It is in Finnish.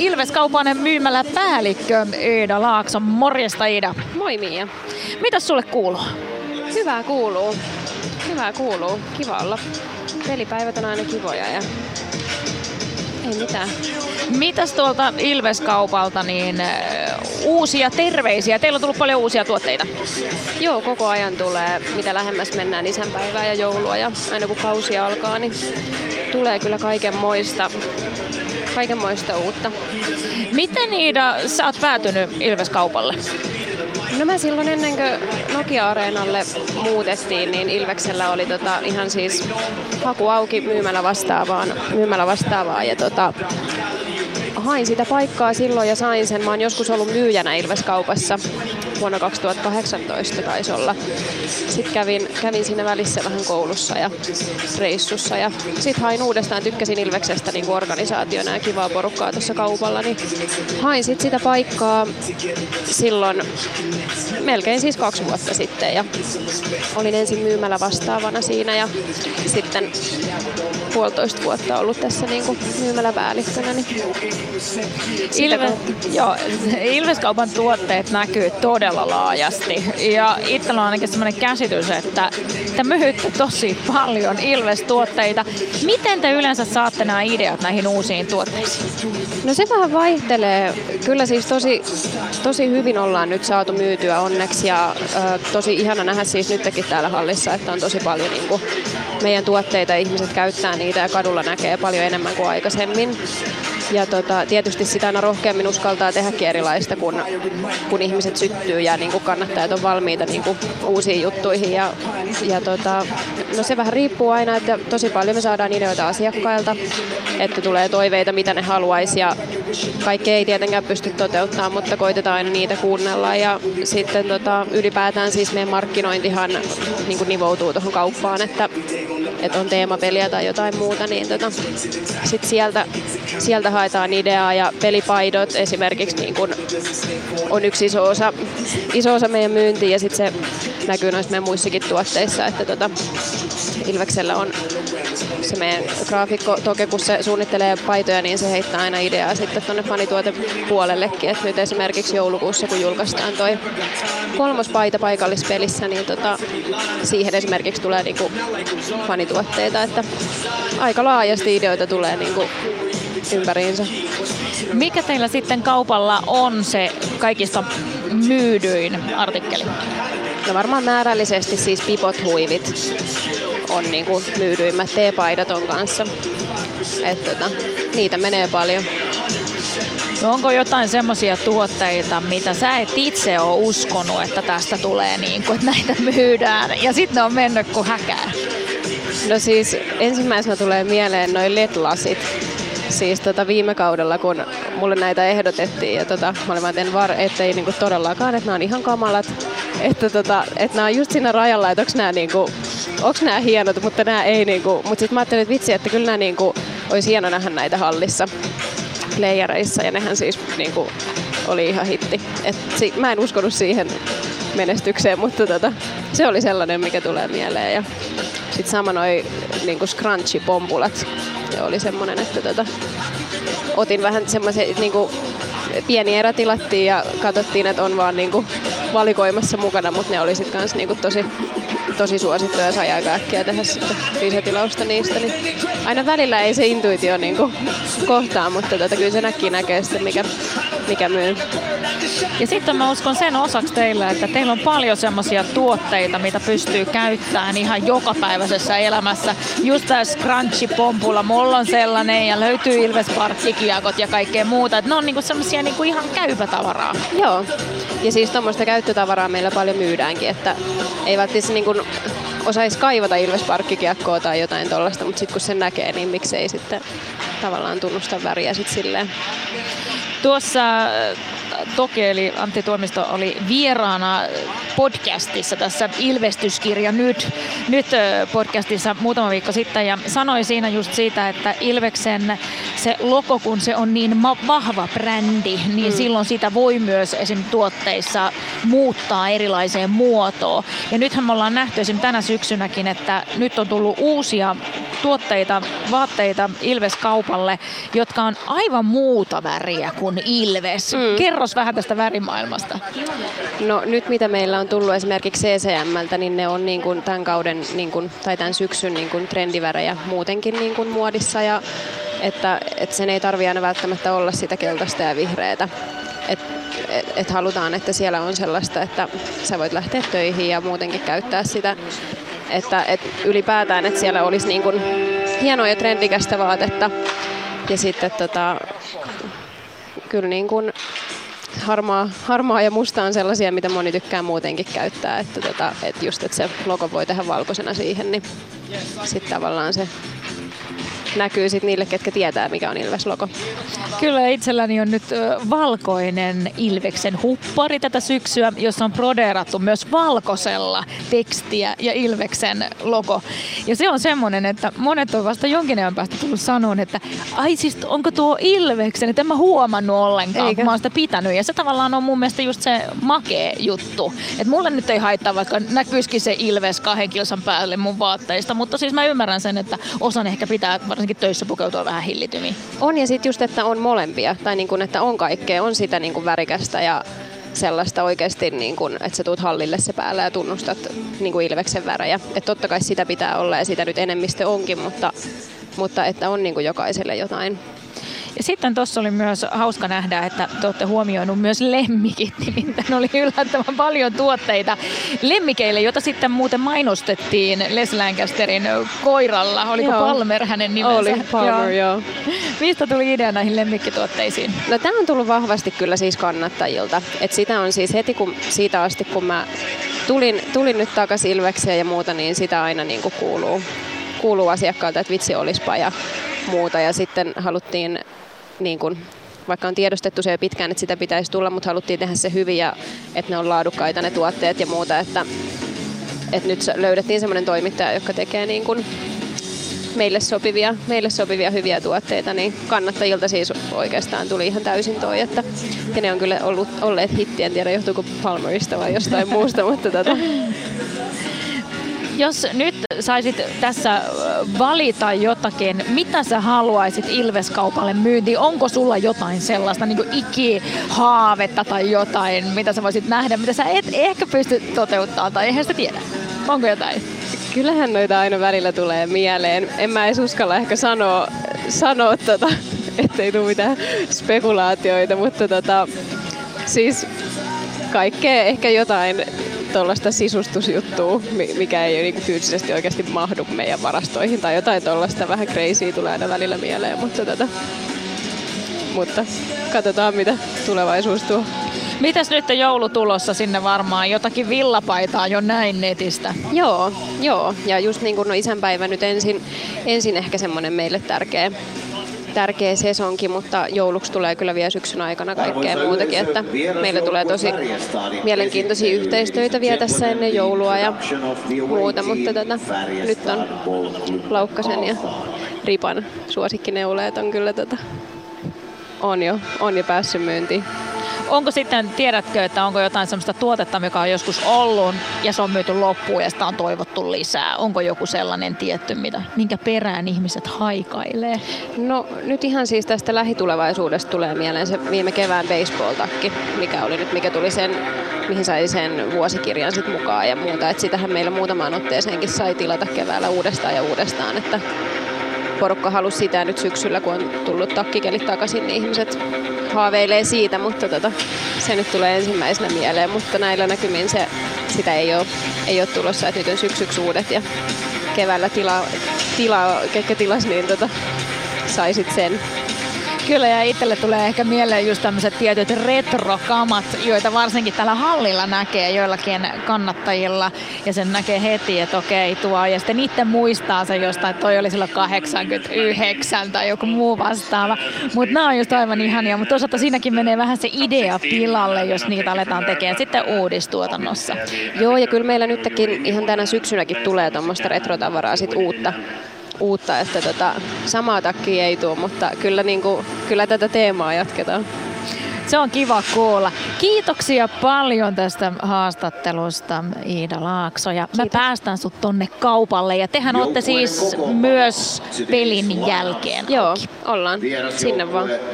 Ilveskaupan myymälä päällikkö Iida Laakso. Morjesta Iida. Moi Mia. Mitäs sulle kuuluu? Hyvää kuuluu. Kiva olla. Pelipäivät on aina kivoja ja ei mitään. Mitäs tuolta Ilveskaupalta niin uusia terveisiä? Teillä on tullut paljon uusia tuotteita. Joo, koko ajan tulee, mitä lähemmäs mennään isänpäivää ja joulua ja aina kun kausi alkaa, niin tulee kyllä kaikenmoista uutta. Miten Iida, sä oot päätynyt Ilveskaupalle? No mä silloin ennen kuin Nokia-areenalle muutettiin, niin Ilveksellä oli ihan siis haku auki myymällä vastaavaa ja hain sitä paikkaa silloin ja sain sen. Mä oon joskus ollut myyjänä Ilveskaupassa. Vuonna 2018 taisi olla. Sitten kävin siinä välissä vähän koulussa ja reissussa ja sitten hain uudestaan, tykkäsin Ilveksestä niin organisaationa ja kivaa porukkaa tuossa kaupalla, niin hain sitten sitä paikkaa silloin melkein siis 2 vuotta sitten ja olin ensin myymällä vastaavana siinä ja sitten 1,5 vuotta ollut tässä niin kuin myymäläpäällikkönä. Niin Ilveskaupan tuotteet näkyy todella laajasti ja itsellä on ainakin sellainen käsitys, että te myytte tosi paljon Ilves-tuotteita. Miten te yleensä saatte nämä ideat näihin uusiin tuotteisiin? No se vähän vaihtelee. Kyllä siis tosi hyvin ollaan nyt saatu myytyä onneksi ja tosi ihana nähdä siis nytkin täällä hallissa, että on tosi paljon niin kuin meidän tuotteita, ihmiset käyttää niitä ja kadulla näkee paljon enemmän kuin aikaisemmin. Ja tietysti sitä aina rohkeammin uskaltaa tehdäkin erilaista, kun ihmiset syttyy ja niin kuin kannattajat on valmiita niin kuin uusiin juttuihin. No se vähän riippuu aina, että tosi paljon me saadaan ideoita asiakkailta, että tulee toiveita, mitä ne haluaisi ja kaikkea ei tietenkään pysty toteuttamaan, mutta koitetaan aina niitä kuunnella. Ja sitten ylipäätään siis meidän markkinointihan niin kuin nivoutuu tuohon kauppaan, että on teemapeliä tai jotain muuta, niin sitten sieltä haetaan ideaa ja pelipaidot esimerkiksi niin kun on yksi iso osa meidän myyntiä ja sitten se näkyy noissa meidän muissakin tuotteissa, että Ilveksellä on se meidän graafikko Toke, kun se suunnittelee paitoja, niin se heittää aina ideaa sitten tuonne fanituotepuolellekin, että nyt esimerkiksi joulukuussa, kun julkaistaan toi 3. paita paikallispelissä, niin siihen esimerkiksi tulee niinku fanituotteita, että aika laajasti ideoita tulee niinku ympäriinsä. Mikä teillä sitten kaupalla on se kaikista myydyin artikkeli? No varmaan määrällisesti siis pipot, huivit on niinku myydyimmät, teepaidat on kanssa. Niitä menee paljon. No onko jotain semmoisia tuotteita, mitä sä et itse ole uskonut, että tästä tulee niin kuin, että näitä myydään ja sitten ne on mennyt kuin häkää? No siis ensimmäisenä tulee mieleen noi LED-lasit. Siis viime kaudella, kun mulle näitä ehdotettiin ja mä olin vaan, ettei niinku todellakaan, että nämä on ihan kamalat. Että nämä on just siinä rajalla, että onks nämä hienot, mutta nämä ei niinku. Mutta sitten mä ajattelin, että vitsi, että kyllä nämä niinku, olisi hieno nähdä näitä hallissa playereissa ja nehän siis niinku oli ihan hitti. Mä en uskonut siihen menestykseen, mutta se oli sellainen, mikä tulee mieleen. Ja sitten sama noi niinku scrunchie-pompulat. Se oli semmoinen, että otin vähän semmoisen niinku pieni erä tilattiin ja katsottiin, että on vaan niinku valikoimassa mukana, mutta ne oli sitten kans niinku tosi suosittuja ja sai aika äkkiä tehdä sitten lisätilausta niistä. Niin aina välillä ei se intuitio niinku kohtaa, mutta kyllä se näkee sitten mikä myy. Ja sitten mä uskon sen osaksi teille, että teillä on paljon semmoisia tuotteita, mitä pystyy käyttämään ihan jokapäiväisessä elämässä. Just tää scrunchie-pompulla, mulla on sellainen ja löytyy Ilves-parkkikiekot ja kaikkea muuta. Et ne on niinku semmosia niinku ihan käypätavaraa. Joo, ja siis tommoista käyttötavaraa meillä paljon myydäänkin, että ei välttämättä niinku osaisi kaivata Ilves-parkkikiekkoa tai jotain tollaista, mutta sitten kun sen näkee, niin miksei sitten tavallaan tunnusta väriä sit silleen. Tuossa Toke eli Antti Tuomisto oli vieraana podcastissa tässä Ilvestyskirja nyt podcastissa muutama viikko sitten ja sanoi siinä just siitä, että Ilveksen se logo, kun se on niin vahva brändi, niin silloin sitä voi myös esim. Tuotteissa muuttaa erilaiseen muotoon. Ja nythän me ollaan nähty esim. Tänä syksynäkin, että nyt on tullut uusia tuotteita, vaatteita Ilves-kaupalle, jotka on aivan muuta väriä kuin Ilves. Kerros vähän tästä värimaailmasta. No nyt mitä meillä on tullut esimerkiksi CCM:ltä, niin ne on niin kuin tämän kauden tai tämän syksyn niin kuin trendivärejä muutenkin niin kuin muodissa. Ja että sen ei tarvitse aina välttämättä olla sitä keltaista ja vihreätä. Et halutaan, että siellä on sellaista, että sä voit lähteä töihin ja muutenkin käyttää sitä. Että ylipäätään, että siellä olisi niin kuin hienoa ja trendikästä vaatetta. Ja sitten kyllä niin kuin harmaa ja musta on sellaisia, mitä moni tykkää muutenkin käyttää. Että just, että se logo voi tehdä valkoisena siihen, niin sitten tavallaan se näkyy sit niille, ketkä tietää, mikä on Ilves-logo. Kyllä itselläni on nyt valkoinen Ilveksen huppari tätä syksyä, jossa on brodeerattu myös valkoisella tekstiä ja Ilveksen logo. Ja se on semmoinen, että monet on vasta jonkin ajan päästä tullut sanoa, että ai siis onko tuo Ilveksen, että en mä huomannut ollenkaan, kun mä oon sitä pitänyt. Ja se tavallaan on mun mielestä just se makea juttu. Että mulle nyt ei haittaa, vaikka näkyisikin se Ilves 2 kilsan päälle mun vaatteista, mutta siis mä ymmärrän sen, että osan ehkä pitää varsinkin töissä pukeutua vähän hillitymiin. On ja sitten just, että on molempia, tai niin kuin, että on kaikkea, on sitä niin kuin värikästä ja sellaista oikeasti, niin kuin, että sä tuut hallille se päällä ja tunnustat niin kuin Ilveksen värejä. Että totta kai sitä pitää olla ja sitä nyt enemmistö onkin, mutta että on niin kuin jokaiselle jotain. Ja sitten tuossa oli myös hauska nähdä, että te olette huomioinut myös lemmikit, nimittäin oli yllättävän paljon tuotteita lemmikeille, jota sitten muuten mainostettiin Les Lancasterin koiralla. Oliko Palmer hänen nimensä? Oli, Palmer, joo. Mistä tuli idea näihin lemmikkituotteisiin? No tämä on tullut vahvasti kyllä siis kannattajilta. Et sitä on siis heti siitä asti, kun mä tulin nyt takaisin Ilvekseen ja muuta, niin sitä aina niin kuin kuuluu asiakkaalta, että vitsi olispa ja muuta. Ja sitten haluttiin, niin kuin, vaikka on tiedostettu se jo pitkään, että sitä pitäisi tulla, mutta haluttiin tehdä se hyvin ja että ne on laadukkaita ne tuotteet ja muuta. Että nyt löydettiin semmoinen toimittaja, joka tekee niin kuin meille sopivia hyviä tuotteita, niin kannattajilta siis oikeastaan tuli ihan täysin toi. Että, ja ne on kyllä olleet hitti, en tiedä johtuuko Palmerista vai jostain muusta, mutta Jos nyt saisit tässä valita jotakin, mitä sä haluaisit Ilves-kaupalle myyntiin? Onko sulla jotain sellaista niin kuin ikihaavetta tai jotain, mitä sä voisit nähdä, mitä sä et ehkä pysty toteuttamaan tai eihän sitä tiedä? Onko jotain? Kyllähän noita aina välillä tulee mieleen. En mä edes uskalla ehkä sanoa ettei tule mitään spekulaatioita, mutta siis kaikkea ehkä jotain tuollaista sisustusjuttua, mikä ei niinku fyysisesti oikeasti mahdu meidän varastoihin tai jotain tuollaista vähän crazyä tulee aina välillä mieleen, mutta katsotaan mitä tulevaisuus tuo. Mitäs nyt joulu tulossa sinne varmaan? Jotakin villapaitaa jo näin netistä. Joo. Ja just niin kuin isänpäivä nyt ensin ehkä semmoinen meille tärkeä sesonki, mutta jouluksi tulee kyllä vielä syksyn aikana kaikkea muutakin, että meillä tulee tosi mielenkiintoisia yhteistöitä vielä tässä ennen joulua ja muuta, mutta nyt on Laukkasen ja Ripan suosikkineuleet on kyllä on jo päässyt myyntiin. Onko sitten, tiedätkö, että onko jotain sellaista tuotetta, mikä on joskus ollut ja se on myyty loppuun ja sitä on toivottu lisää? Onko joku sellainen tietty, minkä perään ihmiset haikailee? No nyt ihan siis tästä lähitulevaisuudesta tulee mieleen se viime kevään baseball-takki, mikä tuli sen, mihin sai sen vuosikirjan sit mukaan ja muuta. Et sitähän meillä muutamaan otteeseenkin sai tilata keväällä uudestaan, että porukka halusi sitä nyt syksyllä, kun on tullut takkikelit takaisin, niin ihmiset haaveilee siitä, mutta se nyt tulee ensimmäisenä mieleen, mutta näillä näkymin sitä ei ole tulossa, että nyt on syksyksi uudet ja keväällä ketkä tilas, niin sai sit sen. Kyllä, ja itselle tulee ehkä mieleen just tämmöiset tietyt retrokamat, joita varsinkin tällä hallilla näkee joillakin kannattajilla. Ja sen näkee heti, että okei, tuo. Ja sitten itse muistaa se jostain, että toi oli silloin 89 tai joku muu vastaava. Mutta nämä on just aivan ihania. Mutta toisaalta siinäkin menee vähän se idea pilalle, jos niitä aletaan tekemään sitten uudistuotannossa. Joo, ja kyllä meillä nytkin ihan tänä syksynäkin tulee tuommoista retrotavaraa sit uutta, että samaa takkia ei tule, mutta kyllä, kyllä tätä teemaa jatketaan. Se on kiva kuulla. Kiitoksia paljon tästä haastattelusta, Iida Laakso. Ja mä päästän sut tonne kaupalle. Ja tehän olette siis myös pelin jälkeen. Joo, ollaan. Sinne vaan.